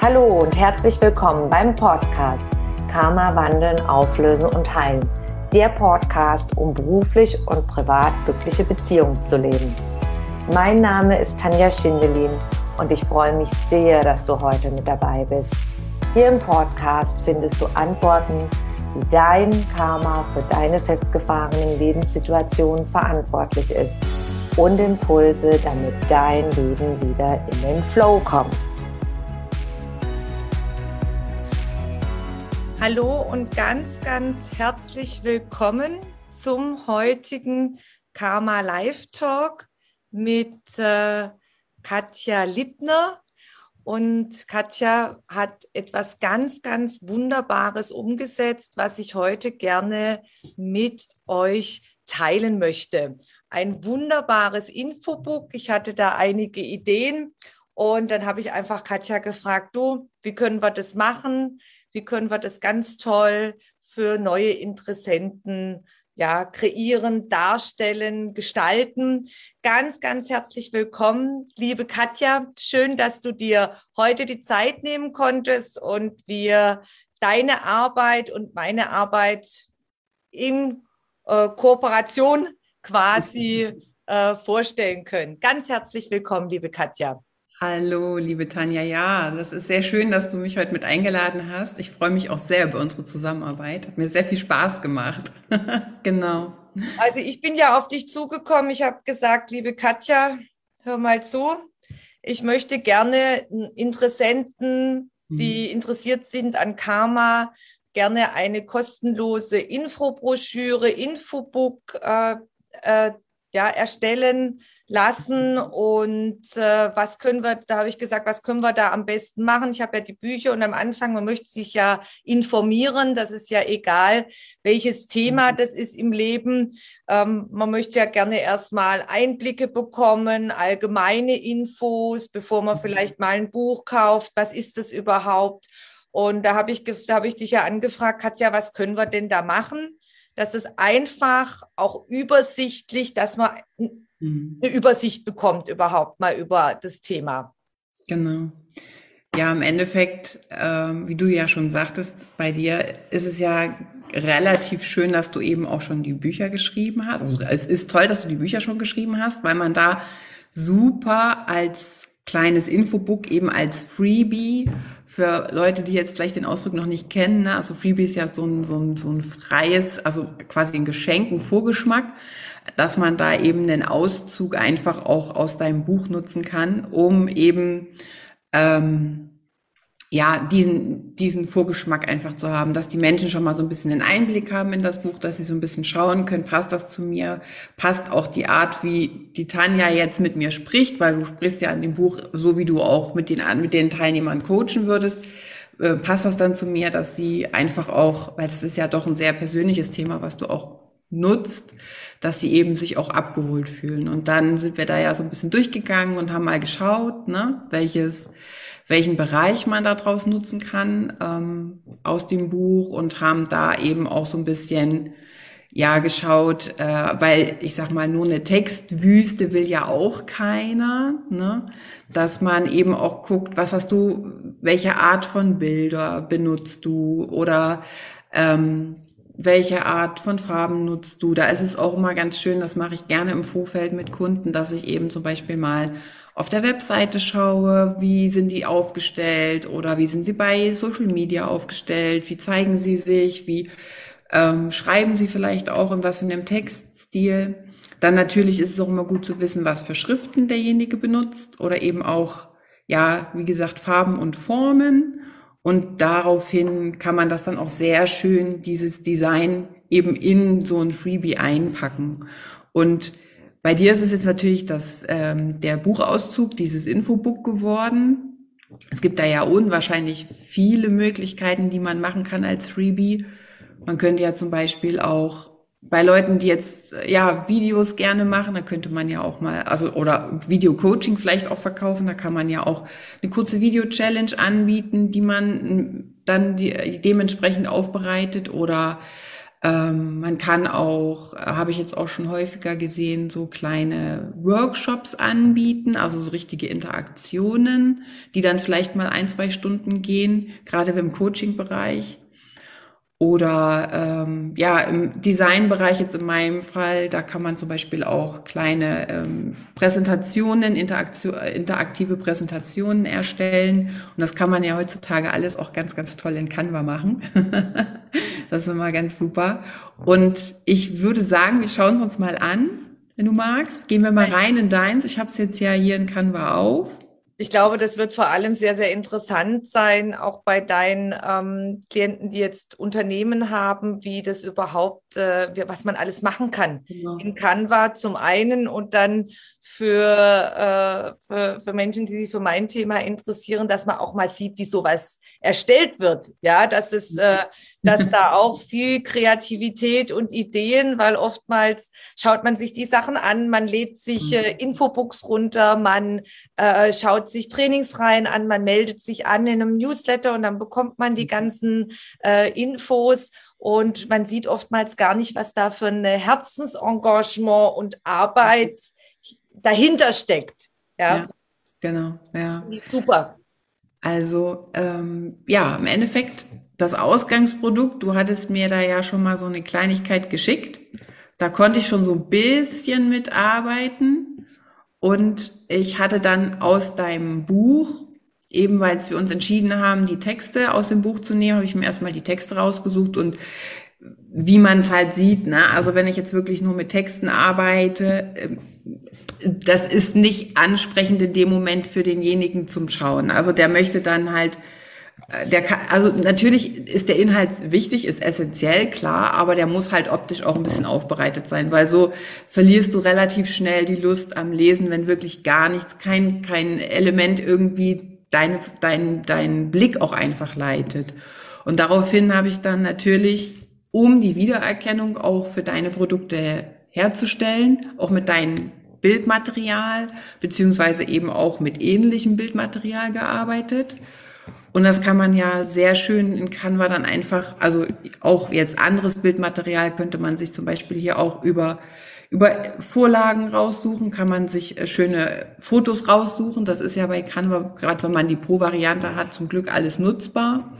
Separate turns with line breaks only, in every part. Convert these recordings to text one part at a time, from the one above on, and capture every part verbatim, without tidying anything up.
Hallo und herzlich willkommen beim Podcast Karma wandeln, auflösen und heilen. Der Podcast, um beruflich und privat glückliche Beziehungen zu leben. Mein Name ist Tanja Schindelin und ich freue mich sehr, dass du heute mit dabei bist. Hier im Podcast findest du Antworten, wie dein Karma für deine festgefahrenen Lebenssituationen verantwortlich ist und Impulse, damit dein Leben wieder in den Flow kommt. Hallo und ganz, ganz herzlich willkommen zum heutigen Karma Live Talk mit äh, Katja Liebner. Und Katja hat etwas ganz, ganz Wunderbares umgesetzt, was ich heute gerne mit euch teilen möchte. Ein wunderbares Infobook. Ich hatte da einige Ideen und dann habe ich einfach Katja gefragt, du, wie können wir das machen? Wie können wir das ganz toll für neue Interessenten ja, kreieren, darstellen, gestalten? Ganz, ganz herzlich willkommen, liebe Katja. Schön, dass du dir heute die Zeit nehmen konntest und wir deine Arbeit und meine Arbeit in äh, Kooperation quasi äh, vorstellen können. Ganz herzlich willkommen, liebe Katja.
Hallo, liebe Tanja. Ja, das ist sehr schön, dass du mich heute mit eingeladen hast. Ich freue mich auch sehr über unsere Zusammenarbeit. Hat mir sehr viel Spaß gemacht. Genau.
Also ich bin ja auf dich zugekommen. Ich habe gesagt, liebe Katja, hör mal zu. Ich möchte gerne Interessenten, die interessiert sind an Karma, gerne eine kostenlose Infobroschüre, Infobook äh, äh, ja, erstellen lassen. Und äh, was können wir, da habe ich gesagt, was können wir da am besten machen? Ich habe ja die Bücher und am Anfang, man möchte sich ja informieren, das ist ja egal, welches Thema das ist im Leben. Ähm, man möchte ja gerne erstmal Einblicke bekommen, allgemeine Infos, bevor man vielleicht mal ein Buch kauft. Was ist das überhaupt? Und da habe ich, da habe ich dich ja angefragt, Katja, was können wir denn da machen? Das ist einfach auch übersichtlich, dass man eine Übersicht bekommt überhaupt mal über das Thema.
Genau. Ja, im Endeffekt, ähm, wie du ja schon sagtest, bei dir ist es ja relativ schön, dass du eben auch schon die Bücher geschrieben hast. Also es ist toll, dass du die Bücher schon geschrieben hast, weil man da super als kleines Infobook, eben als Freebie für Leute, die jetzt vielleicht den Ausdruck noch nicht kennen. Ne? Also Freebie ist ja so ein, so ein, so ein freies, also quasi ein Geschenk, ein Vorgeschmack, dass man da eben einen Auszug einfach auch aus deinem Buch nutzen kann, um eben ähm, ja diesen diesen Vorgeschmack einfach zu haben, dass die Menschen schon mal so ein bisschen einen Einblick haben in das Buch, dass sie so ein bisschen schauen können, passt das zu mir, passt auch die Art, wie die Tanja jetzt mit mir spricht, weil du sprichst ja in dem Buch so, wie du auch mit den mit den Teilnehmern coachen würdest, äh, passt das dann zu mir, dass sie einfach auch, weil das ist ja doch ein sehr persönliches Thema, was du auch nutzt, dass sie eben sich auch abgeholt fühlen. Und dann sind wir da ja so ein bisschen durchgegangen und haben mal geschaut, ne, welches, welchen Bereich man da draus nutzen kann ähm, aus dem Buch und haben da eben auch so ein bisschen ja geschaut, äh, weil ich sag mal, nur eine Textwüste will ja auch keiner, ne, dass man eben auch guckt, was hast du, welche Art von Bilder benutzt du oder ähm, welche Art von Farben nutzt du? Da ist es auch immer ganz schön, das mache ich gerne im Vorfeld mit Kunden, dass ich eben zum Beispiel mal auf der Webseite schaue, wie sind die aufgestellt oder wie sind sie bei Social Media aufgestellt, wie zeigen sie sich, wie ähm, schreiben sie vielleicht auch in was für einem Textstil. Dann natürlich ist es auch immer gut zu wissen, was für Schriften derjenige benutzt oder eben auch, ja, wie gesagt, Farben und Formen. Und daraufhin kann man das dann auch sehr schön, dieses Design eben in so ein Freebie einpacken. Und bei dir ist es jetzt natürlich das, ähm, der Buchauszug, dieses Infobook geworden. Es gibt da ja unwahrscheinlich viele Möglichkeiten, die man machen kann als Freebie. Man könnte ja zum Beispiel auch bei Leuten, die jetzt ja Videos gerne machen, da könnte man ja auch mal, also oder Video-Coaching vielleicht auch verkaufen, da kann man ja auch eine kurze Video-Challenge anbieten, die man dann die, dementsprechend aufbereitet oder Ähm, man kann auch, äh, habe ich jetzt auch schon häufiger gesehen, so kleine Workshops anbieten, also so richtige Interaktionen, die dann vielleicht mal ein, zwei Stunden gehen, gerade im Coaching-Bereich. Oder ähm, ja, im Designbereich jetzt in meinem Fall, da kann man zum Beispiel auch kleine ähm, Präsentationen, Interaktion, interaktive Präsentationen erstellen. Und das kann man ja heutzutage alles auch ganz, ganz toll in Canva machen. Das ist immer ganz super. Und ich würde sagen, wir schauen es uns mal an, wenn du magst. Gehen wir mal rein in deins. Ich habe es jetzt ja hier in Canva auf.
Ich glaube, das wird vor allem sehr, sehr interessant sein, auch bei deinen ähm, Klienten, die jetzt Unternehmen haben, wie das überhaupt, äh, wie- was man alles machen kann.
Genau.
In Canva zum einen und dann für, äh, für, für Menschen, die sich für mein Thema interessieren, dass man auch mal sieht, wie sowas erstellt wird. Ja, dass es, äh, dass da auch viel Kreativität und Ideen, weil oftmals schaut man sich die Sachen an, man lädt sich äh, Infobooks runter, man äh, schaut sich Trainingsreihen an, man meldet sich an in einem Newsletter und dann bekommt man die ganzen äh, Infos und man sieht oftmals gar nicht, was da für ein Herzensengagement und Arbeit dahinter steckt. Ja,
Ja, genau,
das
ja.
finde ich super.
Also ähm, ja, im Endeffekt das Ausgangsprodukt, du hattest mir da ja schon mal so eine Kleinigkeit geschickt. Da konnte ich schon so ein bisschen mitarbeiten. Und ich hatte dann aus deinem Buch, eben weil wir uns entschieden haben, die Texte aus dem Buch zu nehmen, habe ich mir erstmal die Texte rausgesucht und wie man es halt sieht, ne? Also wenn ich jetzt wirklich nur mit Texten arbeite, das ist nicht ansprechend in dem Moment für denjenigen zum Schauen. Also der möchte dann halt, der kann, also natürlich ist der Inhalt wichtig, ist essentiell, klar, aber der muss halt optisch auch ein bisschen aufbereitet sein, weil so verlierst du relativ schnell die Lust am Lesen, wenn wirklich gar nichts, kein, kein Element irgendwie deine, dein, deinen Blick auch einfach leitet. Und daraufhin habe ich dann natürlich, um die Wiedererkennung auch für deine Produkte herzustellen, auch mit deinem Bildmaterial, beziehungsweise eben auch mit ähnlichem Bildmaterial gearbeitet. Und das kann man ja sehr schön in Canva dann einfach, also auch jetzt anderes Bildmaterial könnte man sich zum Beispiel hier auch über, über Vorlagen raussuchen, kann man sich schöne Fotos raussuchen. Das ist ja bei Canva, gerade wenn man die Pro-Variante hat, zum Glück alles nutzbar.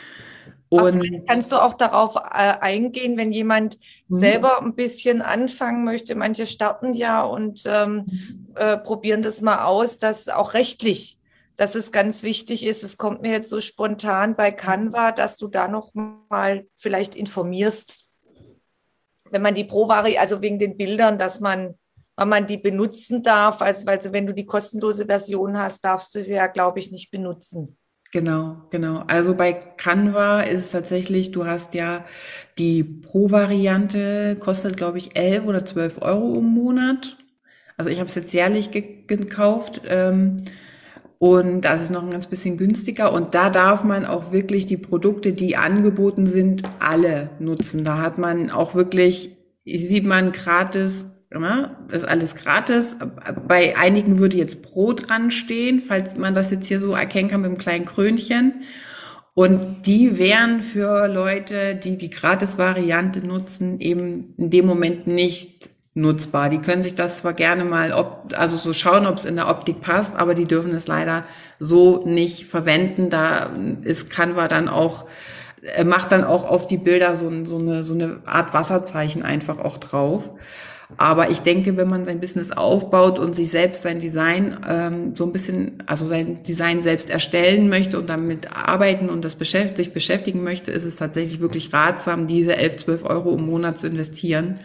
Und kannst du auch darauf äh, eingehen, wenn jemand mhm. selber ein bisschen anfangen möchte? Manche starten ja und ähm, äh, probieren das mal aus, dass auch rechtlich, dass es ganz wichtig ist. Es kommt mir jetzt so spontan bei Canva, dass du da noch mal vielleicht informierst, wenn man die Pro-Vari, also wegen den Bildern, dass man, wenn man die benutzen darf, also, also wenn du die kostenlose Version hast, darfst du sie ja, glaube ich, nicht benutzen.
Genau, genau. Also bei Canva ist es tatsächlich, du hast ja die Pro-Variante, kostet glaube ich elf oder zwölf Euro im Monat. Also ich habe es jetzt jährlich ge gekauft ähm, und das ist noch ein ganz bisschen günstiger. Und da darf man auch wirklich die Produkte, die angeboten sind, alle nutzen. Da hat man auch wirklich, sieht man gratis, ja, ist alles gratis. Bei einigen würde jetzt Pro dran stehen, falls man das jetzt hier so erkennen kann mit einem kleinen Krönchen. Und die wären für Leute, die die Gratis-Variante nutzen, eben in dem Moment nicht nutzbar. Die können sich das zwar gerne mal, ob, also so schauen, ob es in der Optik passt, aber die dürfen es leider so nicht verwenden. Da ist Canva dann auch, macht dann auch auf die Bilder so, so eine, so eine Art Wasserzeichen einfach auch drauf. Aber ich denke, wenn man sein Business aufbaut und sich selbst sein Design ähm, so ein bisschen, also sein Design selbst erstellen möchte und damit arbeiten und das beschäftigt, sich beschäftigen möchte, ist es tatsächlich wirklich ratsam, diese elf, zwölf Euro im Monat zu investieren,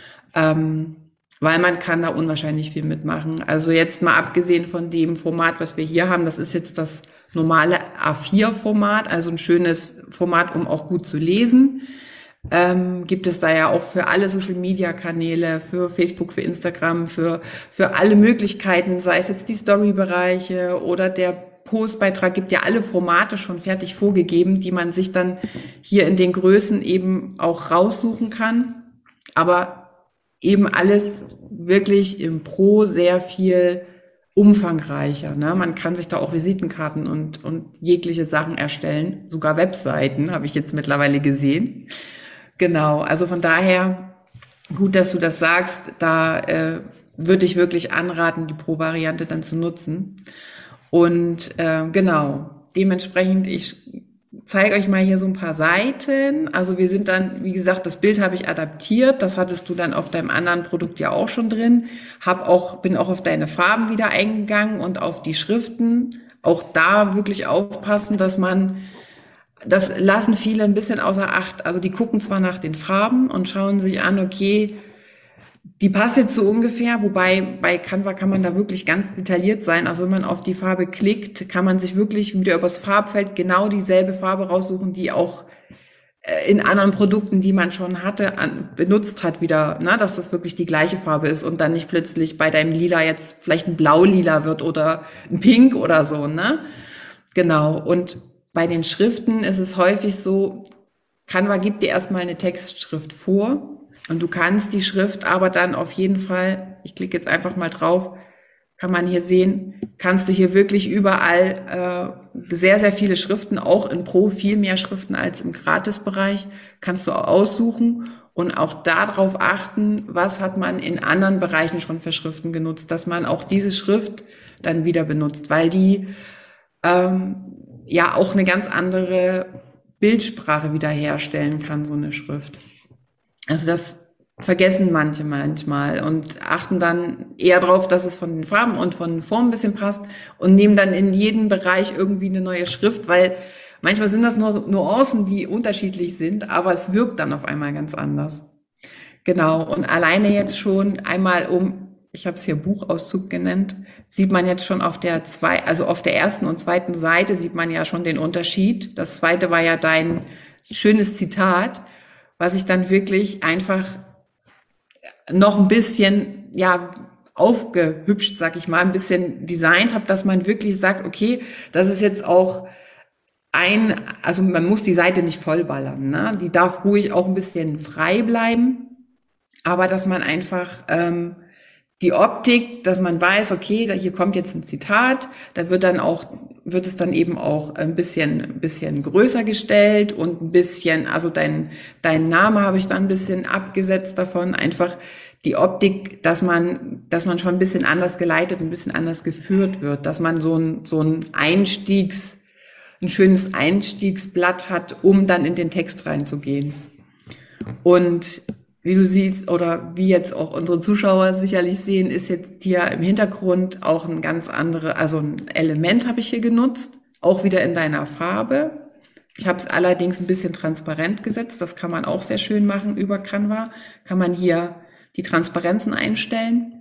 ähm, weil man kann da unwahrscheinlich viel mitmachen. Also jetzt mal abgesehen von dem Format, was wir hier haben, das ist jetzt das normale A vier Format, also ein schönes Format, um auch gut zu lesen. Ähm, gibt es da ja auch für alle Social-Media-Kanäle, für Facebook, für Instagram, für, für alle Möglichkeiten, sei es jetzt die Story-Bereiche oder der Postbeitrag, gibt ja alle Formate schon fertig vorgegeben, die man sich dann hier in den Größen eben auch raussuchen kann. Aber eben alles wirklich im Pro sehr viel umfangreicher. Ne? Man kann sich da auch Visitenkarten und, und jegliche Sachen erstellen, sogar Webseiten, habe ich jetzt mittlerweile gesehen. Genau, also von daher gut, dass du das sagst. Da äh, würde ich wirklich anraten, die Pro-Variante dann zu nutzen. Und äh, genau, dementsprechend, ich zeige euch mal hier so ein paar Seiten. Also wir sind dann, wie gesagt, das Bild habe ich adaptiert. Das hattest du dann auf deinem anderen Produkt ja auch schon drin. Hab auch, bin auch auf deine Farben wieder eingegangen und auf die Schriften. Auch da wirklich aufpassen, dass man, das lassen viele ein bisschen außer Acht. Also die gucken zwar nach den Farben und schauen sich an, okay, die passt jetzt so ungefähr, wobei bei Canva kann man da wirklich ganz detailliert sein. Also wenn man auf die Farbe klickt, kann man sich wirklich wieder übers Farbfeld genau dieselbe Farbe raussuchen, die auch in anderen Produkten, die man schon hatte, an, benutzt hat, wieder, ne, dass das wirklich die gleiche Farbe ist und dann nicht plötzlich bei deinem Lila jetzt vielleicht ein Blau-Lila wird oder ein Pink oder so, ne? Genau. Und bei den Schriften ist es häufig so, Canva gibt dir erstmal eine Textschrift vor. Und du kannst die Schrift aber dann auf jeden Fall, ich klicke jetzt einfach mal drauf, kann man hier sehen, kannst du hier wirklich überall äh, sehr, sehr viele Schriften, auch in Pro viel mehr Schriften als im Gratisbereich, kannst du aussuchen und auch darauf achten, was hat man in anderen Bereichen schon für Schriften genutzt, dass man auch diese Schrift dann wieder benutzt, weil die ähm, ja auch eine ganz andere Bildsprache wiederherstellen kann, so eine Schrift. Also das vergessen manche manchmal und achten dann eher darauf, dass es von den Farben und von den Formen ein bisschen passt und nehmen dann in jeden Bereich irgendwie eine neue Schrift, weil manchmal sind das nur Nuancen, die unterschiedlich sind, aber es wirkt dann auf einmal ganz anders. Genau, und alleine jetzt schon einmal um, ich habe es hier Buchauszug genannt, sieht man jetzt schon auf der zwei, also auf der ersten und zweiten Seite sieht man ja schon den Unterschied. Das zweite war ja dein schönes Zitat, was ich dann wirklich einfach noch ein bisschen, ja, aufgehübscht, sag ich mal, ein bisschen designt habe, dass man wirklich sagt, okay, das ist jetzt auch ein, also man muss die Seite nicht vollballern, ne? Die darf ruhig auch ein bisschen frei bleiben, aber dass man einfach ähm, die Optik, dass man weiß, okay, da hier kommt jetzt ein Zitat, da wird dann auch, wird es dann eben auch ein bisschen, ein bisschen größer gestellt und ein bisschen, also dein, dein Name habe ich dann ein bisschen abgesetzt davon, einfach die Optik, dass man, dass man schon ein bisschen anders geleitet, ein bisschen anders geführt wird, dass man so ein, so ein Einstiegs, ein schönes Einstiegsblatt hat, um dann in den Text reinzugehen. Und wie du siehst oder wie jetzt auch unsere Zuschauer sicherlich sehen, ist jetzt hier im Hintergrund auch ein ganz andere, also ein Element habe ich hier genutzt, auch wieder in deiner Farbe. Ich habe es allerdings ein bisschen transparent gesetzt, das kann man auch sehr schön machen über Canva. Kann man hier die Transparenzen einstellen.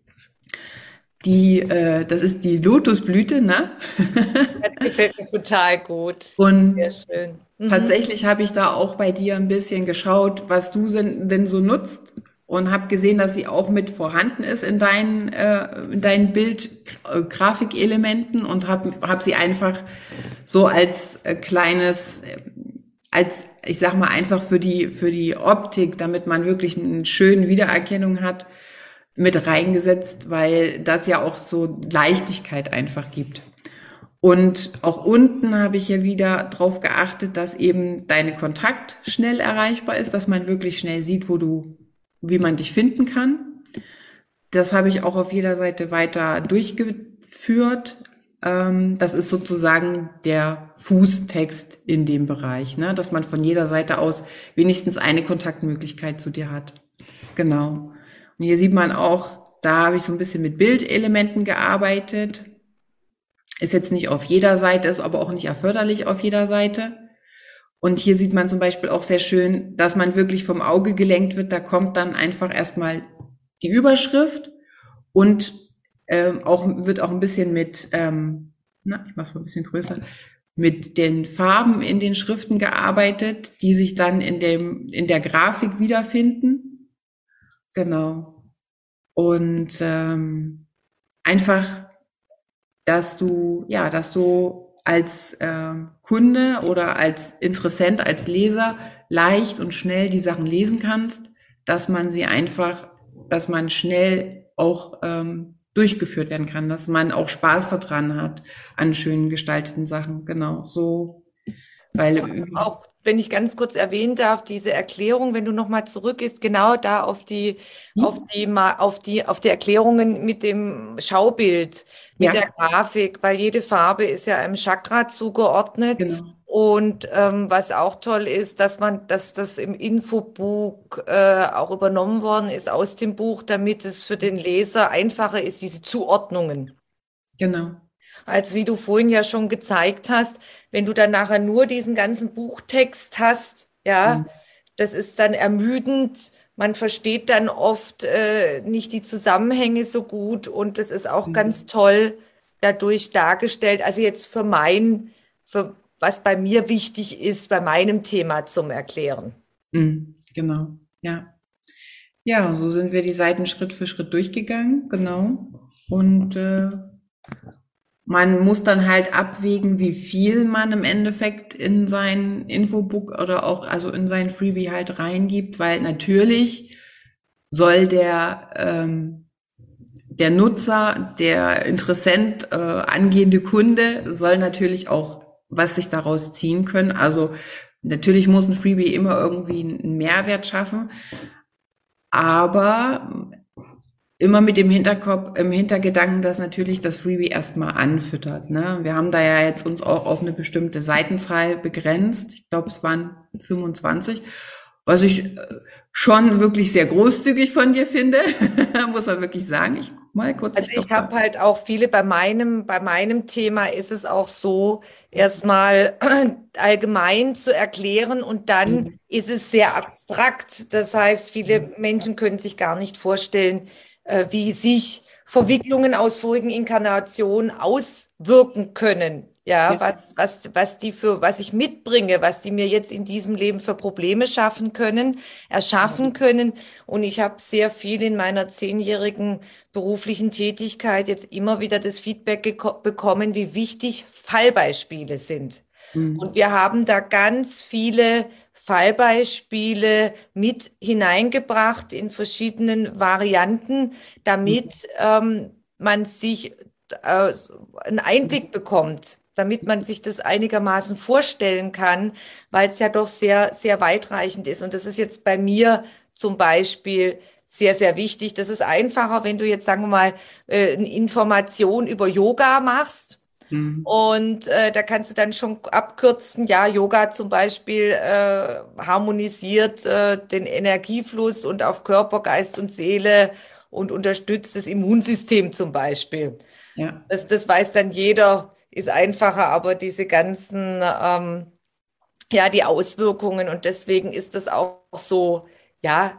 Die, äh, das ist die Lotusblüte, ne?
Das gefällt mir total gut.
Und
sehr schön. Mhm.
Tatsächlich habe ich da auch bei dir ein bisschen geschaut, was du denn so nutzt und habe gesehen, dass sie auch mit vorhanden ist in deinen, äh, in deinen Bild-Grafikelementen und habe hab sie einfach so als äh, kleines, als ich sag mal einfach für die für die Optik, damit man wirklich eine schöne Wiedererkennung hat, mit reingesetzt, weil das ja auch so Leichtigkeit einfach gibt. Und auch unten habe ich ja wieder drauf geachtet, dass eben deine Kontakt schnell erreichbar ist, dass man wirklich schnell sieht, wo du, wie man dich finden kann. Das habe ich auch auf jeder Seite weiter durchgeführt. Das ist sozusagen der Fußtext in dem Bereich, ne? Dass man von jeder Seite aus wenigstens eine Kontaktmöglichkeit zu dir hat. Genau. Und hier sieht man auch, da habe ich so ein bisschen mit Bildelementen gearbeitet. Ist jetzt nicht auf jeder Seite, ist aber auch nicht erforderlich auf jeder Seite. Und hier sieht man zum Beispiel auch sehr schön, dass man wirklich vom Auge gelenkt wird. Da kommt dann einfach erstmal die Überschrift und ähm, auch wird auch ein bisschen mit, ähm, na, ich mache es mal ein bisschen größer, mit den Farben in den Schriften gearbeitet, die sich dann in dem in der Grafik wiederfinden. Genau. Und ähm, einfach dass du, ja, dass du als äh, Kunde oder als Interessent, als Leser leicht und schnell die Sachen lesen kannst, dass man sie einfach, dass man schnell auch ähm, durchgeführt werden kann, dass man auch Spaß daran hat an schön gestalteten Sachen, genau, so, weil
auch wenn ich ganz kurz erwähnen darf, diese Erklärung, wenn du nochmal zurückgehst, genau da auf die, auf die, ma- auf die, auf die Erklärungen mit dem Schaubild, mit der
Ja,
Grafik, weil jede Farbe ist ja einem Chakra zugeordnet.
genau.
Und ähm, was auch toll ist, dass man, dass das im Infobuch äh, auch übernommen worden ist aus dem Buch, damit es für den Leser einfacher ist, diese Zuordnungen.
Genau.
Als wie du vorhin ja schon gezeigt hast, wenn du dann nachher nur diesen ganzen Buchtext hast, ja,
Mhm.
das ist dann ermüdend. Man versteht dann oft äh, nicht die Zusammenhänge so gut und das ist auch ganz
Mhm.
toll dadurch dargestellt. Also jetzt für mein, für was bei mir wichtig ist, bei meinem Thema zum Erklären.
Mhm. Genau. Ja. Ja, so sind wir die Seiten Schritt für Schritt durchgegangen, genau. Und äh, man muss dann halt abwägen, wie viel man im Endeffekt in sein Infobook oder auch also in sein Freebie halt reingibt, weil natürlich soll der ähm, der Nutzer, der Interessent, äh, angehende Kunde soll natürlich auch was sich daraus ziehen können. Also natürlich muss ein Freebie immer irgendwie einen Mehrwert schaffen, aber immer mit dem Hinterkopf, im Hintergedanken, dass natürlich das Freebie erstmal anfüttert. Ne? Wir haben da ja jetzt uns auch auf eine bestimmte Seitenzahl begrenzt. Ich glaube, es waren fünfundzwanzig, was ich äh, schon wirklich sehr großzügig von dir finde, muss man wirklich sagen. Ich guck mal kurz,
Also
ich
ich
glaube,
habe halt auch viele bei meinem, bei meinem Thema ist es auch so, erstmal allgemein zu erklären und dann ist es sehr abstrakt. Das heißt, viele Menschen können sich gar nicht vorstellen, äh, wie sich Verwicklungen aus vorigen Inkarnationen auswirken können. Ja,
ja.
was, was, was die für, was ich mitbringe, was die mir jetzt in diesem Leben für Probleme schaffen können, erschaffen können. Und ich habe sehr viel in meiner zehnjährigen beruflichen Tätigkeit jetzt immer wieder das Feedback geko- bekommen, wie wichtig Fallbeispiele sind. Und
Mhm.
wir haben da ganz viele Fallbeispiele mit hineingebracht in verschiedenen Varianten, damit ähm, man sich äh, einen Einblick bekommt, damit man sich das einigermaßen vorstellen kann, weil es ja doch sehr, sehr weitreichend ist. Und das ist jetzt bei mir zum Beispiel sehr, sehr wichtig. Das ist einfacher, wenn du jetzt, sagen wir mal, äh, eine Information über Yoga machst.
Mhm.
Und äh, da kannst du dann schon abkürzen, ja, Yoga zum Beispiel äh, harmonisiert äh, den Energiefluss und auf Körper, Geist und Seele und unterstützt das Immunsystem zum Beispiel.
Ja.
Das, das weiß dann jeder, ist einfacher, aber diese ganzen, ähm, ja, die Auswirkungen und deswegen ist das auch so, ja,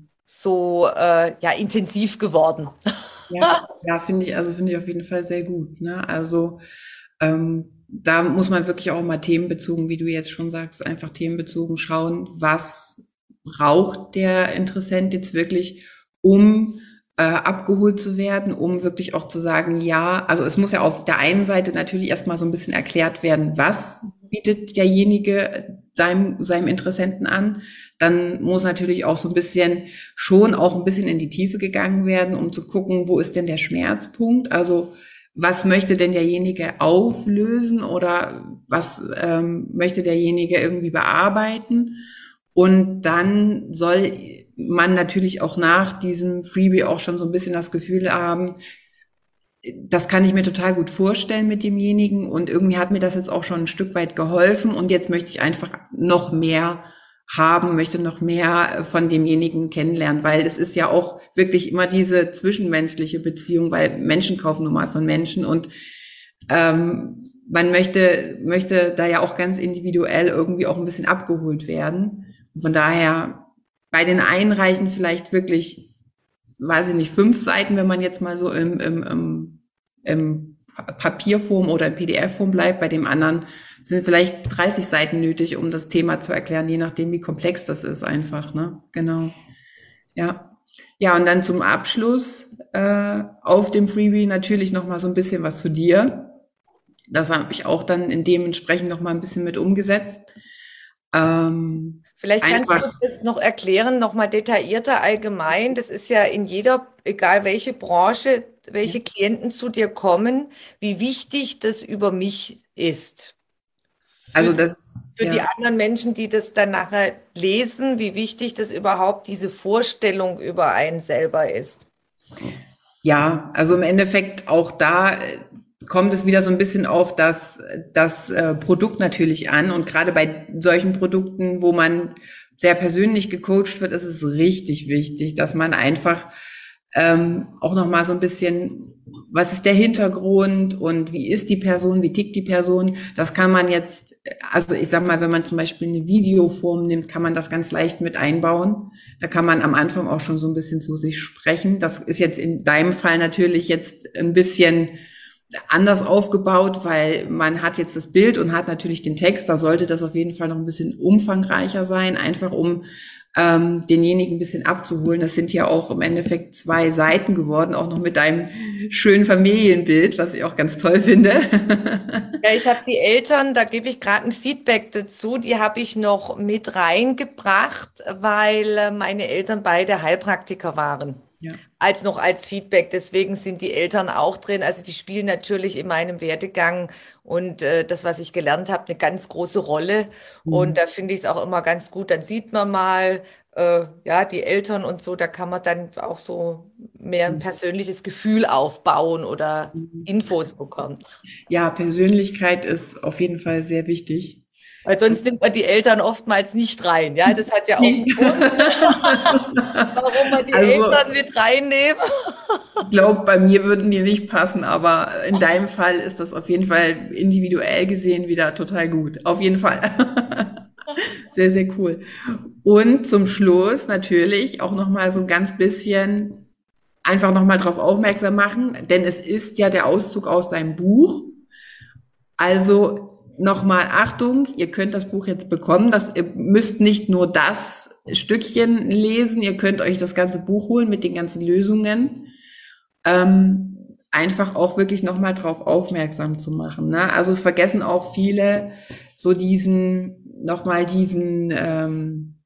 so äh, ja, intensiv geworden.
Ja, ja, finde ich, also finde ich auf jeden Fall sehr gut. Ne? Also ähm, da muss man wirklich auch mal themenbezogen, wie du jetzt schon sagst, einfach themenbezogen schauen, was braucht der Interessent jetzt wirklich, um äh, abgeholt zu werden, um wirklich auch zu sagen, ja, also es muss ja auf der einen Seite natürlich erstmal so ein bisschen erklärt werden, was bietet derjenige seinem, seinem Interessenten an. Dann muss natürlich auch so ein bisschen, schon auch ein bisschen in die Tiefe gegangen werden, um zu gucken, wo ist denn der Schmerzpunkt? Also was möchte denn derjenige auflösen oder was ähm, möchte derjenige irgendwie bearbeiten? Und dann soll man natürlich auch nach diesem Freebie auch schon so ein bisschen das Gefühl haben, das kann ich mir total gut vorstellen mit demjenigen und irgendwie hat mir das jetzt auch schon ein Stück weit geholfen und jetzt möchte ich einfach noch mehr haben, möchte noch mehr von demjenigen kennenlernen, weil es ist ja auch wirklich immer diese zwischenmenschliche Beziehung, weil Menschen kaufen nun mal von Menschen und ähm, man möchte, möchte da ja auch ganz individuell irgendwie auch ein bisschen abgeholt werden. Und von daher bei den Einreichen vielleicht wirklich, weiß ich nicht, fünf Seiten, wenn man jetzt mal so im, im, im, im Papierform oder im P D F-Form bleibt. Bei dem anderen sind vielleicht dreißig Seiten nötig, um das Thema zu erklären, je nachdem, wie komplex das ist einfach, ne? Genau. Ja. Ja, und dann zum Abschluss äh, auf dem Freebie natürlich noch mal so ein bisschen was zu dir. Das habe ich auch dann in dementsprechend noch mal ein bisschen mit umgesetzt. Ähm,
Vielleicht kannst du
einfach,
das noch erklären, noch mal detaillierter allgemein. Das ist ja in jeder, egal welche Branche,
ja.
welche Klienten zu dir kommen, wie wichtig das über mich ist.
Also
für,
das,
für die
ja.
anderen Menschen, die das dann nachher lesen, wie wichtig das überhaupt diese Vorstellung über einen selber ist.
Ja, also im Endeffekt auch da äh, kommt es wieder so ein bisschen auf das, das äh, Produkt natürlich an. Und gerade bei solchen Produkten, wo man sehr persönlich gecoacht wird, ist es richtig wichtig, dass man einfach ähm, auch noch mal so ein bisschen, was ist der Hintergrund und wie ist die Person, wie tickt die Person? Das kann man jetzt, also ich sag mal, wenn man zum Beispiel eine Videoform nimmt, kann man das ganz leicht mit einbauen. Da kann man am Anfang auch schon so ein bisschen zu sich sprechen. Das ist jetzt in deinem Fall natürlich jetzt ein bisschen anders aufgebaut, weil man hat jetzt das Bild und hat natürlich den Text. Da sollte das auf jeden Fall noch ein bisschen umfangreicher sein, einfach um ähm, denjenigen ein bisschen abzuholen. Das sind ja auch im Endeffekt zwei Seiten geworden, auch noch mit einem schönen Familienbild, was ich auch ganz toll finde.
Ja, ich habe die Eltern, da gebe ich gerade ein Feedback dazu, die habe ich noch mit reingebracht, weil äh, meine Eltern beide Heilpraktiker waren.
Ja.
Als noch als Feedback. Deswegen sind die Eltern auch drin. Also die spielen natürlich in meinem Werdegang und äh, das, was ich gelernt habe, eine ganz große Rolle. Und
Mhm.
da finde ich es auch immer ganz gut. Dann sieht man mal, äh, ja, die Eltern und so, da kann man dann auch so mehr ein persönliches Gefühl aufbauen oder Infos bekommen.
Ja, Persönlichkeit ist auf jeden Fall sehr wichtig.
Weil sonst nimmt man die Eltern oftmals nicht rein. Ja, das hat ja auch einen Grund, warum man die
Also
Eltern mit reinnehmen.
ich glaube, bei mir würden die nicht passen, aber in deinem Fall ist das auf jeden Fall individuell gesehen wieder total gut. Auf jeden Fall. Sehr, sehr cool. Und zum Schluss natürlich auch noch mal so ein ganz bisschen einfach noch mal drauf aufmerksam machen, denn es ist ja der Auszug aus deinem Buch. Also nochmal Achtung, ihr könnt das Buch jetzt bekommen. Das, ihr müsst nicht nur das Stückchen lesen, ihr könnt euch das ganze Buch holen mit den ganzen Lösungen. Ähm, einfach auch wirklich nochmal drauf aufmerksam zu machen. Ne? Also es vergessen auch viele so diesen, nochmal diesen, ähm,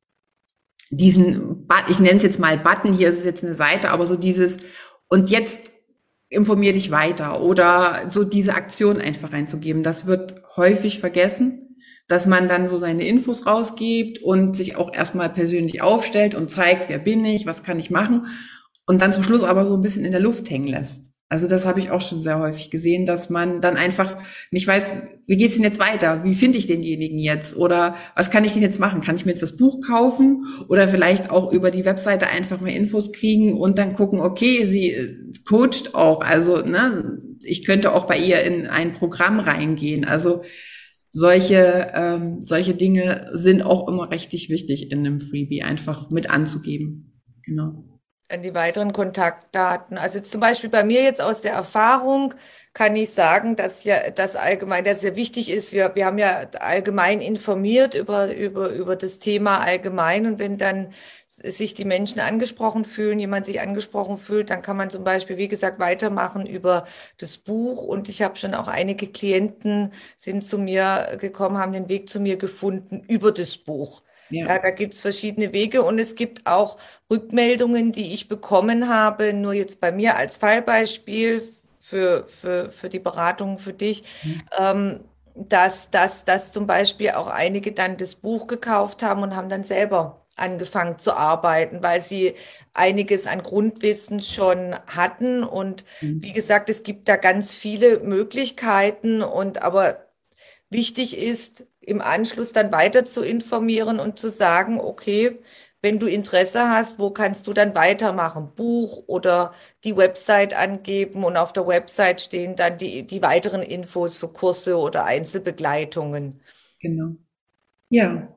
diesen, But- ich nenne es jetzt mal Button, hier ist es jetzt eine Seite, aber so dieses, und jetzt informier dich weiter oder so diese Aktion einfach reinzugeben. Das wird häufig vergessen, dass man dann so seine Infos rausgibt und sich auch erstmal persönlich aufstellt und zeigt, wer bin ich, was kann ich machen und dann zum Schluss aber so ein bisschen in der Luft hängen lässt. Also das habe ich auch schon sehr häufig gesehen, dass man dann einfach nicht weiß, wie geht's denn jetzt weiter? Wie finde ich denjenigen jetzt? Oder was kann ich denn jetzt machen? Kann ich mir jetzt das Buch kaufen oder vielleicht auch über die Webseite einfach mehr Infos kriegen und dann gucken, okay, sie äh, coacht auch. Also, ne, ich könnte auch bei ihr in ein Programm reingehen. Also solche, ähm, solche Dinge sind auch immer richtig wichtig in einem Freebie, einfach mit anzugeben. Genau.
An die weiteren Kontaktdaten. Also zum Beispiel bei mir jetzt aus der Erfahrung kann ich sagen, dass ja das allgemein, das sehr wichtig ist. Wir, wir haben ja allgemein informiert über, über, über das Thema allgemein. Und wenn dann sich die Menschen angesprochen fühlen, jemand sich angesprochen fühlt, dann kann man zum Beispiel, wie gesagt, weitermachen über das Buch. Und ich habe schon auch einige Klienten sind zu mir gekommen, haben den Weg zu mir gefunden über das Buch.
Ja.
Ja, da gibt es verschiedene Wege und es gibt auch Rückmeldungen, die ich bekommen habe, nur jetzt bei mir als Fallbeispiel für, für, für die Beratung für dich, ähm, dass, dass, dass zum Beispiel auch einige dann das Buch gekauft haben und haben dann selber angefangen zu arbeiten, weil sie einiges an Grundwissen schon hatten. Und wie gesagt, es gibt da ganz viele Möglichkeiten und aber wichtig ist, im Anschluss dann weiter zu informieren und zu sagen, okay, wenn du Interesse hast, wo kannst du dann weitermachen? Buch oder die Website angeben und auf der Website stehen dann die, die weiteren Infos, so Kurse oder Einzelbegleitungen.
Genau. Ja,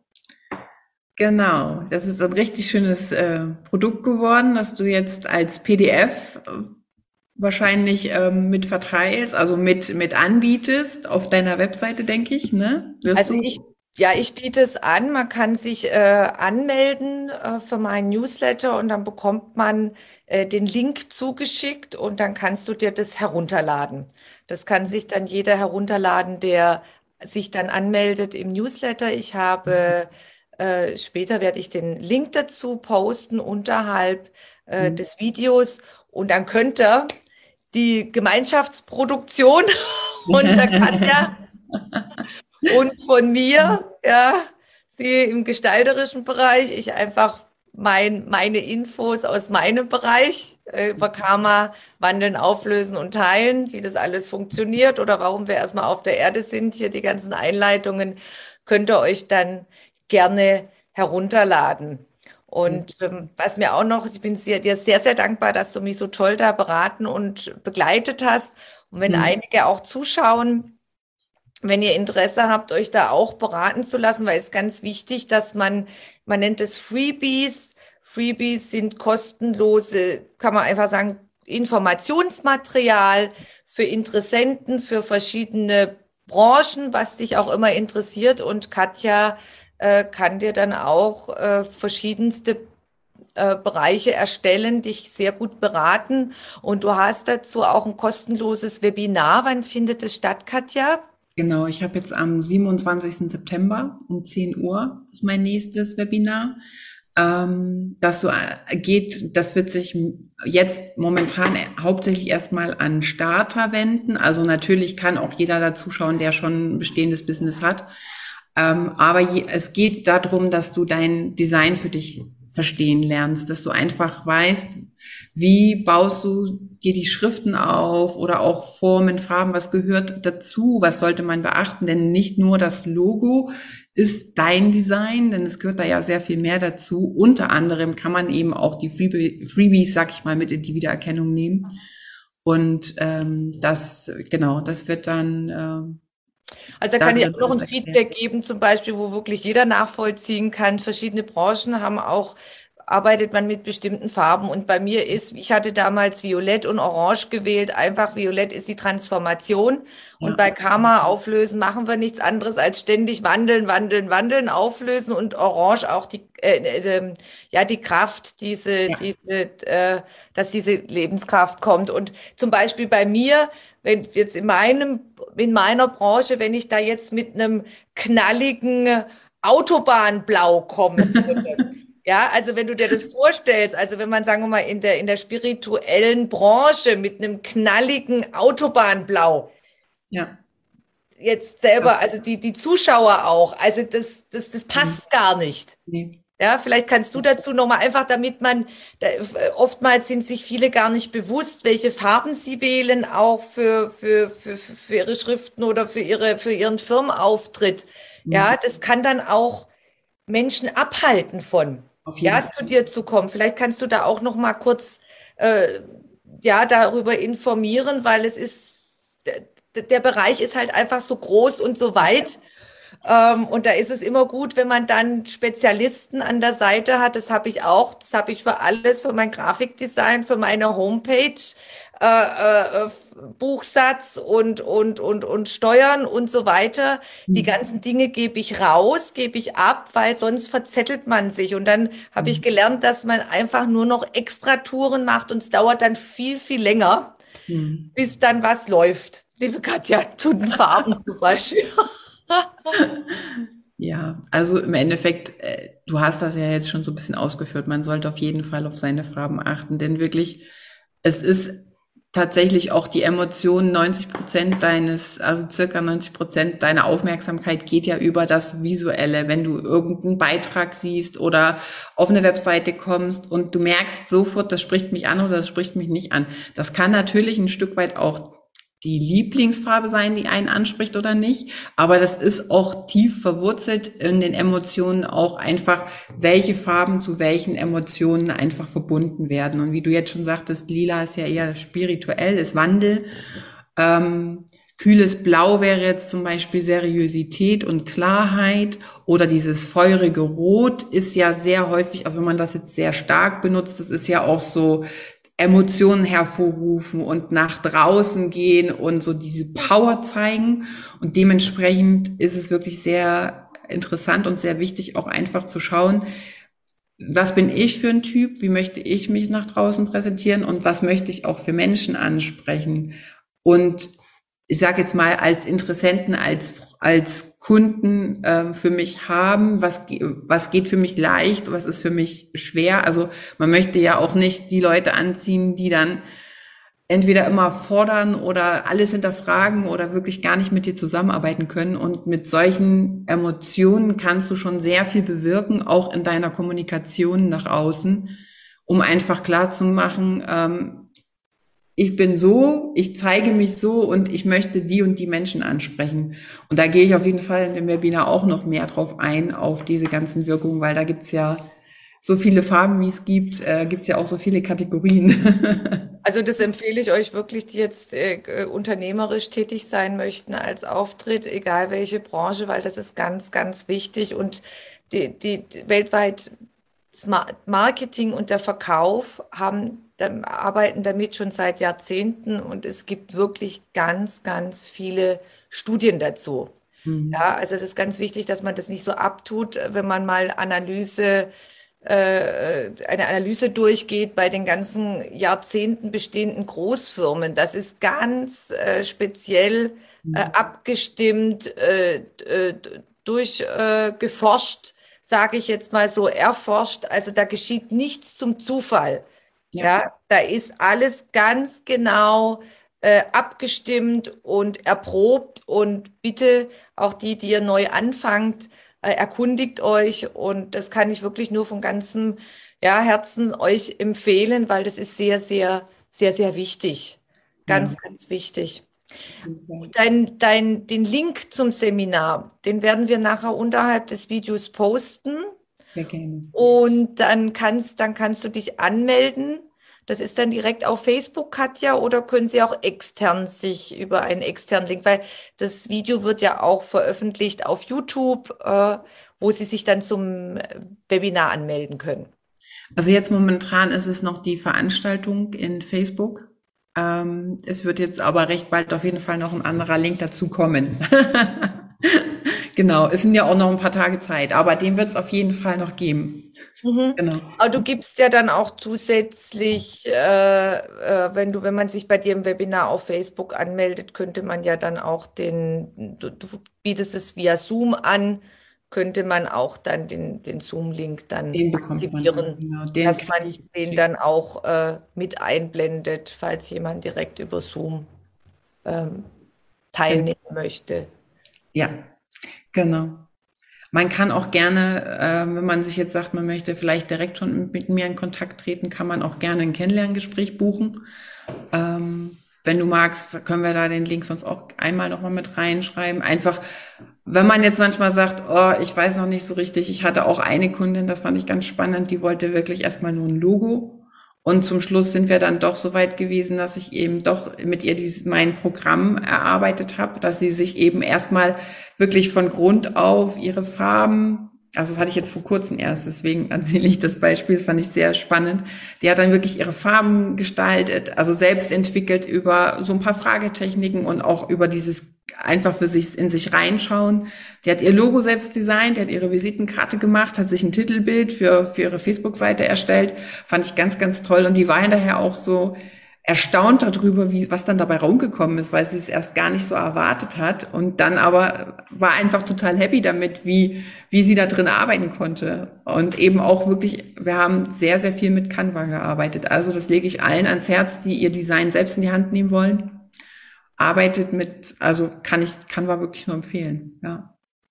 genau. Das ist ein richtig schönes äh, Produkt geworden, das du jetzt als P D F äh, wahrscheinlich ähm, mit verteilst, also mit, mit anbietest auf deiner Webseite, denke ich, ne? Wirst
Also
du?
ich, ja, ich biete es an. Man kann sich äh, anmelden äh, für meinen Newsletter und dann bekommt man äh, den Link zugeschickt und dann kannst du dir das herunterladen. Das kann sich dann jeder herunterladen, der sich dann anmeldet im Newsletter. Ich habe äh, später werde ich den Link dazu posten unterhalb äh,
Mhm.
des Videos und dann könnt ihr die Gemeinschaftsproduktion und da kann ja Und von mir, ja, sie im gestalterischen Bereich, ich einfach mein, meine Infos aus meinem Bereich äh, über Karma, Wandeln, Auflösen und Teilen, wie das alles funktioniert oder warum wir erstmal auf der Erde sind. Hier die ganzen Einleitungen könnt ihr euch dann gerne herunterladen. Und ähm, was mir auch noch, ich bin sehr, dir sehr, sehr dankbar, dass du mich so toll da beraten und begleitet hast. Und wenn
Mhm.
einige auch zuschauen, wenn ihr Interesse habt, euch da auch beraten zu lassen, weil es ganz wichtig, dass man, man nennt es Freebies. Freebies sind kostenlose, kann man einfach sagen, Informationsmaterial für Interessenten, für verschiedene Branchen, was dich auch immer interessiert. Und Katja äh, kann dir dann auch äh, verschiedenste äh, Bereiche erstellen, dich sehr gut beraten. Und du hast dazu auch ein kostenloses Webinar. Wann findet es statt, Katja?
Genau, ich habe jetzt am siebenundzwanzigsten September um zehn Uhr ist mein nächstes Webinar. Ähm, das so äh, geht, das wird sich jetzt momentan hauptsächlich erstmal an Starter wenden. Also natürlich kann auch jeder dazuschauen, der schon ein bestehendes Business hat. Ähm, aber je, es geht darum, dass du dein Design für dich verstehen lernst, dass du einfach weißt, wie baust du dir die Schriften auf oder auch Formen, Farben, was gehört dazu, was sollte man beachten, denn nicht nur das Logo ist dein Design, denn es gehört da ja sehr viel mehr dazu. Unter anderem kann man eben auch die Freebie, Freebies, sag ich mal, mit in die Wiedererkennung nehmen. Und ähm, das, genau, das wird dann ähm,
Also da kann ich
darin
auch noch ein
alles erklärt.
Feedback geben, zum Beispiel, wo wirklich jeder nachvollziehen kann. Verschiedene Branchen haben auch, arbeitet man mit bestimmten Farben. Und bei mir ist, ich hatte damals Violett und Orange gewählt. Einfach Violett ist die Transformation. Und
Ja.
bei Karma auflösen machen wir nichts anderes als ständig wandeln, wandeln, wandeln, auflösen und Orange auch die, äh, äh, ja, die Kraft, diese,
Ja.
diese, äh, dass diese Lebenskraft kommt. Und zum Beispiel bei mir, wenn jetzt in meinem, in meiner Branche, wenn ich da jetzt mit einem knalligen Autobahnblau kommen würde. Ja, also wenn du dir das vorstellst, also wenn man, sagen wir mal, in der, in der spirituellen Branche mit einem knalligen Autobahnblau
Ja.
jetzt
Das,
selber, also die, die Zuschauer auch, also das, das, das
mhm.
passt gar nicht.
Nee.
Ja, vielleicht kannst du dazu nochmal einfach, damit man, da, oftmals sind sich viele gar nicht bewusst, welche Farben sie wählen, auch für, für, für, für ihre Schriften oder für ihre, für ihren Firmenauftritt.
Mhm.
Ja, das kann dann auch Menschen abhalten von,
Auf jeden
ja,
Fall.
zu dir zu kommen. Vielleicht kannst du da auch nochmal kurz, äh, ja, darüber informieren, weil es ist, der, der Bereich ist halt einfach so groß und so weit. Ähm, und da ist es immer gut, wenn man dann Spezialisten an der Seite hat. Das habe ich auch. Das habe ich für alles, für mein Grafikdesign, für meine Homepage, äh, äh, Buchsatz und, und, und, und Steuern und so weiter. Die
Mhm.
ganzen Dinge gebe ich raus, gebe ich ab, weil sonst verzettelt man sich. Und dann habe ich
Mhm.
gelernt, dass man einfach nur noch Extratouren macht und es dauert dann viel, viel länger,
Mhm.
bis dann was läuft. Liebe Katja, zu den Farben zum Beispiel.
Ja, also im Endeffekt, äh, du hast das ja jetzt schon so ein bisschen ausgeführt. Man sollte auf jeden Fall auf seine Farben achten, denn wirklich, es ist tatsächlich auch die Emotion, neunzig Prozent deines, also circa neunzig Prozent deiner Aufmerksamkeit geht ja über das Visuelle. Wenn du irgendeinen Beitrag siehst oder auf eine Webseite kommst und du merkst sofort, das spricht mich an oder das spricht mich nicht an. Das kann natürlich ein Stück weit auch die Lieblingsfarbe sein, die einen anspricht oder nicht. Aber das ist auch tief verwurzelt in den Emotionen auch einfach, welche Farben zu welchen Emotionen einfach verbunden werden. Und wie du jetzt schon sagtest, lila ist ja eher spirituell, ist Wandel. Ähm, kühles Blau wäre jetzt zum Beispiel Seriosität und Klarheit oder dieses feurige Rot ist ja sehr häufig, also wenn man das jetzt sehr stark benutzt, das ist ja auch so Emotionen hervorrufen und nach draußen gehen und so diese Power zeigen. Und dementsprechend ist es wirklich sehr interessant und sehr wichtig, auch einfach zu schauen, was bin ich für ein Typ, wie möchte ich mich nach draußen präsentieren und was möchte ich auch für Menschen ansprechen. Und ich sage jetzt mal als Interessenten, als als Kunden äh, für mich haben, was was geht für mich leicht, was ist für mich schwer. Also man möchte ja auch nicht die Leute anziehen, die dann entweder immer fordern oder alles hinterfragen oder wirklich gar nicht mit dir zusammenarbeiten können. Und mit solchen Emotionen kannst du schon sehr viel bewirken, auch in deiner Kommunikation nach außen, um einfach klarzumachen, ähm, ich bin so, ich zeige mich so und ich möchte die und die Menschen ansprechen. Und da gehe ich auf jeden Fall in dem Webinar auch noch mehr drauf ein, auf diese ganzen Wirkungen, weil da gibt's ja so viele Farben, wie es gibt, äh, gibt's ja auch so viele Kategorien.
Also das empfehle ich euch wirklich, die jetzt äh, unternehmerisch tätig sein möchten als Auftritt, egal welche Branche, weil das ist ganz, ganz wichtig. Und die, die, die weltweit das Marketing und der Verkauf haben, arbeiten damit schon seit Jahrzehnten und es gibt wirklich ganz, ganz viele Studien dazu.
Mhm.
Ja, also es ist ganz wichtig, dass man das nicht so abtut, wenn man mal Analyse äh, eine Analyse durchgeht bei den ganzen Jahrzehnten bestehenden Großfirmen. Das ist ganz äh, speziell äh,
Mhm.
abgestimmt, äh, äh, durchgeforscht, äh, sage ich jetzt mal so, erforscht. Also da geschieht nichts zum Zufall.
Ja,
Ja, da ist alles ganz genau äh, abgestimmt und erprobt und bitte auch die, die ihr neu anfangt, äh, erkundigt euch und das kann ich wirklich nur von ganzem ja, Herzen euch empfehlen, weil das ist sehr, sehr, sehr, sehr wichtig.
ja,
Ganz, ganz wichtig.
auf jeden Fall.
Dein, dein, den Link zum Seminar, den werden wir nachher unterhalb des Videos posten.
Sehr gerne.
Und dann kannst, dann kannst du dich anmelden. Das ist dann direkt auf Facebook, Katja, oder können Sie auch extern sich über einen externen Link, weil das Video wird ja auch veröffentlicht auf YouTube, äh, wo Sie sich dann zum Webinar anmelden können.
Also jetzt momentan ist es noch die Veranstaltung in Facebook. Ähm, es wird jetzt aber recht bald auf jeden Fall noch ein anderer Link dazu kommen. Genau, es sind ja auch noch ein paar Tage Zeit, aber den wird es auf jeden Fall noch geben.
Mhm.
Genau.
Aber du gibst ja dann auch zusätzlich, äh, äh, wenn du, wenn man sich bei dir im Webinar auf Facebook anmeldet, könnte man ja dann auch den, du, du bietest es via Zoom an, könnte man auch dann den, den Zoom-Link dann
Den bekommt man dann,
aktivieren,
genau. Den
dass
kriege
man
ich
den
geschickt.
dann auch äh, mit einblendet, falls jemand direkt über Zoom ähm,
Genau.
teilnehmen möchte.
Ja, genau. Man kann auch gerne, äh, wenn man sich jetzt sagt, man möchte vielleicht direkt schon mit mir in Kontakt treten, kann man auch gerne ein Kennenlerngespräch buchen. Ähm, wenn du magst, können wir da den Link sonst auch einmal nochmal mit reinschreiben. Einfach, wenn man jetzt manchmal sagt, oh, ich weiß noch nicht so richtig, ich hatte auch eine Kundin, das fand ich ganz spannend, die wollte wirklich erstmal nur ein Logo. Und zum Schluss sind wir dann doch so weit gewesen, dass ich eben doch mit ihr dieses, mein Programm erarbeitet habe, dass sie sich eben erstmal wirklich von Grund auf ihre Farben, also das hatte ich jetzt vor kurzem erst, deswegen erzähle ich das Beispiel, fand ich sehr spannend. Die hat dann wirklich ihre Farben gestaltet, also selbst entwickelt über so ein paar Fragetechniken und auch über dieses einfach für sich in sich reinschauen. Die hat ihr Logo selbst designt, die hat ihre Visitenkarte gemacht, hat sich ein Titelbild für, für ihre Facebook-Seite erstellt. Fand ich ganz, ganz toll. Und die war hinterher auch so erstaunt darüber, wie, was dann dabei rumgekommen ist, weil sie es erst gar nicht so erwartet hat. Und dann aber war einfach total happy damit, wie, wie sie da drin arbeiten konnte. Und eben auch wirklich, wir haben sehr, sehr viel mit Canva gearbeitet. Also das lege ich allen ans Herz, die ihr Design selbst in die Hand nehmen wollen. Arbeitet mit, also kann ich Canva wirklich nur empfehlen. Ja,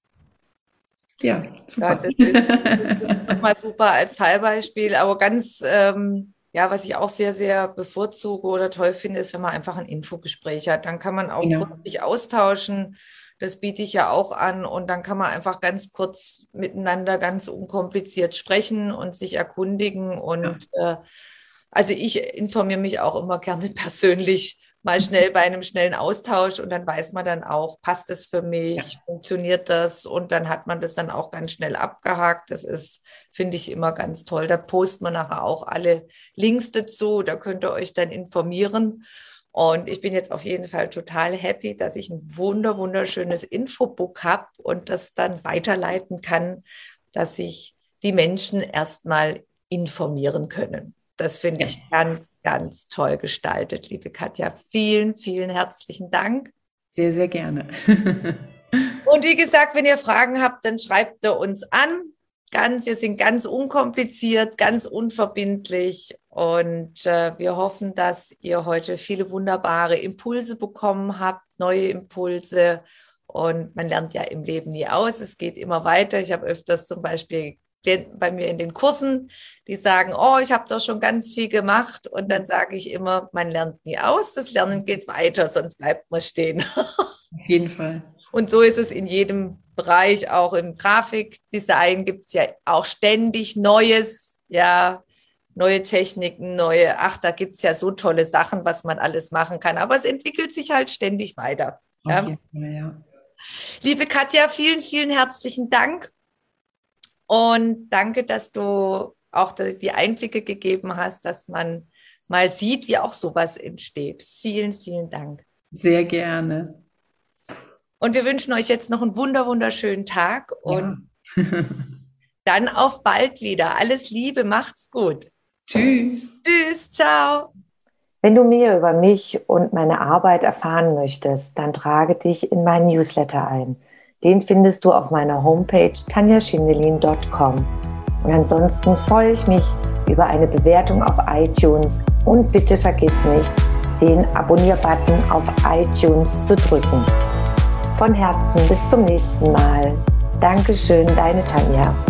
ja,
Ja,
super.
das ist, das ist nochmal super als Fallbeispiel, aber ganz, ähm, ja, was ich auch sehr, sehr bevorzuge oder toll finde, ist, wenn man einfach ein Infogespräch hat. Dann kann man auch
Genau,
kurz sich austauschen. Das biete ich ja auch an und dann kann man einfach ganz kurz miteinander ganz unkompliziert sprechen und sich erkundigen.
ja,
Und äh, also ich informiere mich auch immer gerne persönlich mal schnell bei einem schnellen Austausch und dann weiß man dann auch, passt es für
ja,
mich, funktioniert das und dann hat man das dann auch ganz schnell abgehakt. Das ist, finde ich, immer ganz toll. Da posten wir nachher auch alle Links dazu, da könnt ihr euch dann informieren. Und ich bin jetzt auf jeden Fall total happy, dass ich ein wunder, wunderschönes Infobook habe und das dann weiterleiten kann, dass sich die Menschen erstmal informieren können. Das finde
ja.
ich ganz, ganz toll gestaltet, liebe Katja. Vielen, vielen herzlichen Dank.
Sehr, sehr gerne.
Und wie gesagt, wenn ihr Fragen habt, dann schreibt ihr uns an. ganz, wir sind ganz unkompliziert, ganz unverbindlich und äh, wir hoffen, dass ihr heute viele wunderbare Impulse bekommen habt, neue Impulse und man lernt ja im Leben nie aus, es geht immer weiter. Ich habe öfters zum Beispiel bei mir in den Kursen, die sagen, oh, ich habe doch schon ganz viel gemacht und dann sage ich immer, man lernt nie aus, das Lernen geht weiter, sonst bleibt man stehen.
Auf jeden Fall.
Und so ist es in jedem Bereich, auch im Grafikdesign gibt es ja auch ständig Neues, ja, neue Techniken, neue, ach, da gibt es ja so tolle Sachen, was man alles machen kann, aber es entwickelt sich halt ständig weiter.
Auf
Ja.
jeden Fall, ja.
Liebe Katja, vielen, vielen herzlichen Dank. Und danke, dass du auch die Einblicke gegeben hast, dass man mal sieht, wie auch sowas entsteht. Vielen, vielen Dank.
Sehr gerne.
Und wir wünschen euch jetzt noch einen wunder, wunderschönen Tag und
ja.
Dann auf bald wieder. Alles Liebe, macht's gut.
Tschüss.
Tschüss, ciao.
Wenn du mehr über mich und meine Arbeit erfahren möchtest, dann trage dich in meinen Newsletter ein. Den findest du auf meiner Homepage tanja schindelin punkt com. Und ansonsten freue ich mich über eine Bewertung auf iTunes und bitte vergiss nicht, den Abonnier-Button auf iTunes zu drücken. Von Herzen bis zum nächsten Mal. Dankeschön, deine Tanja.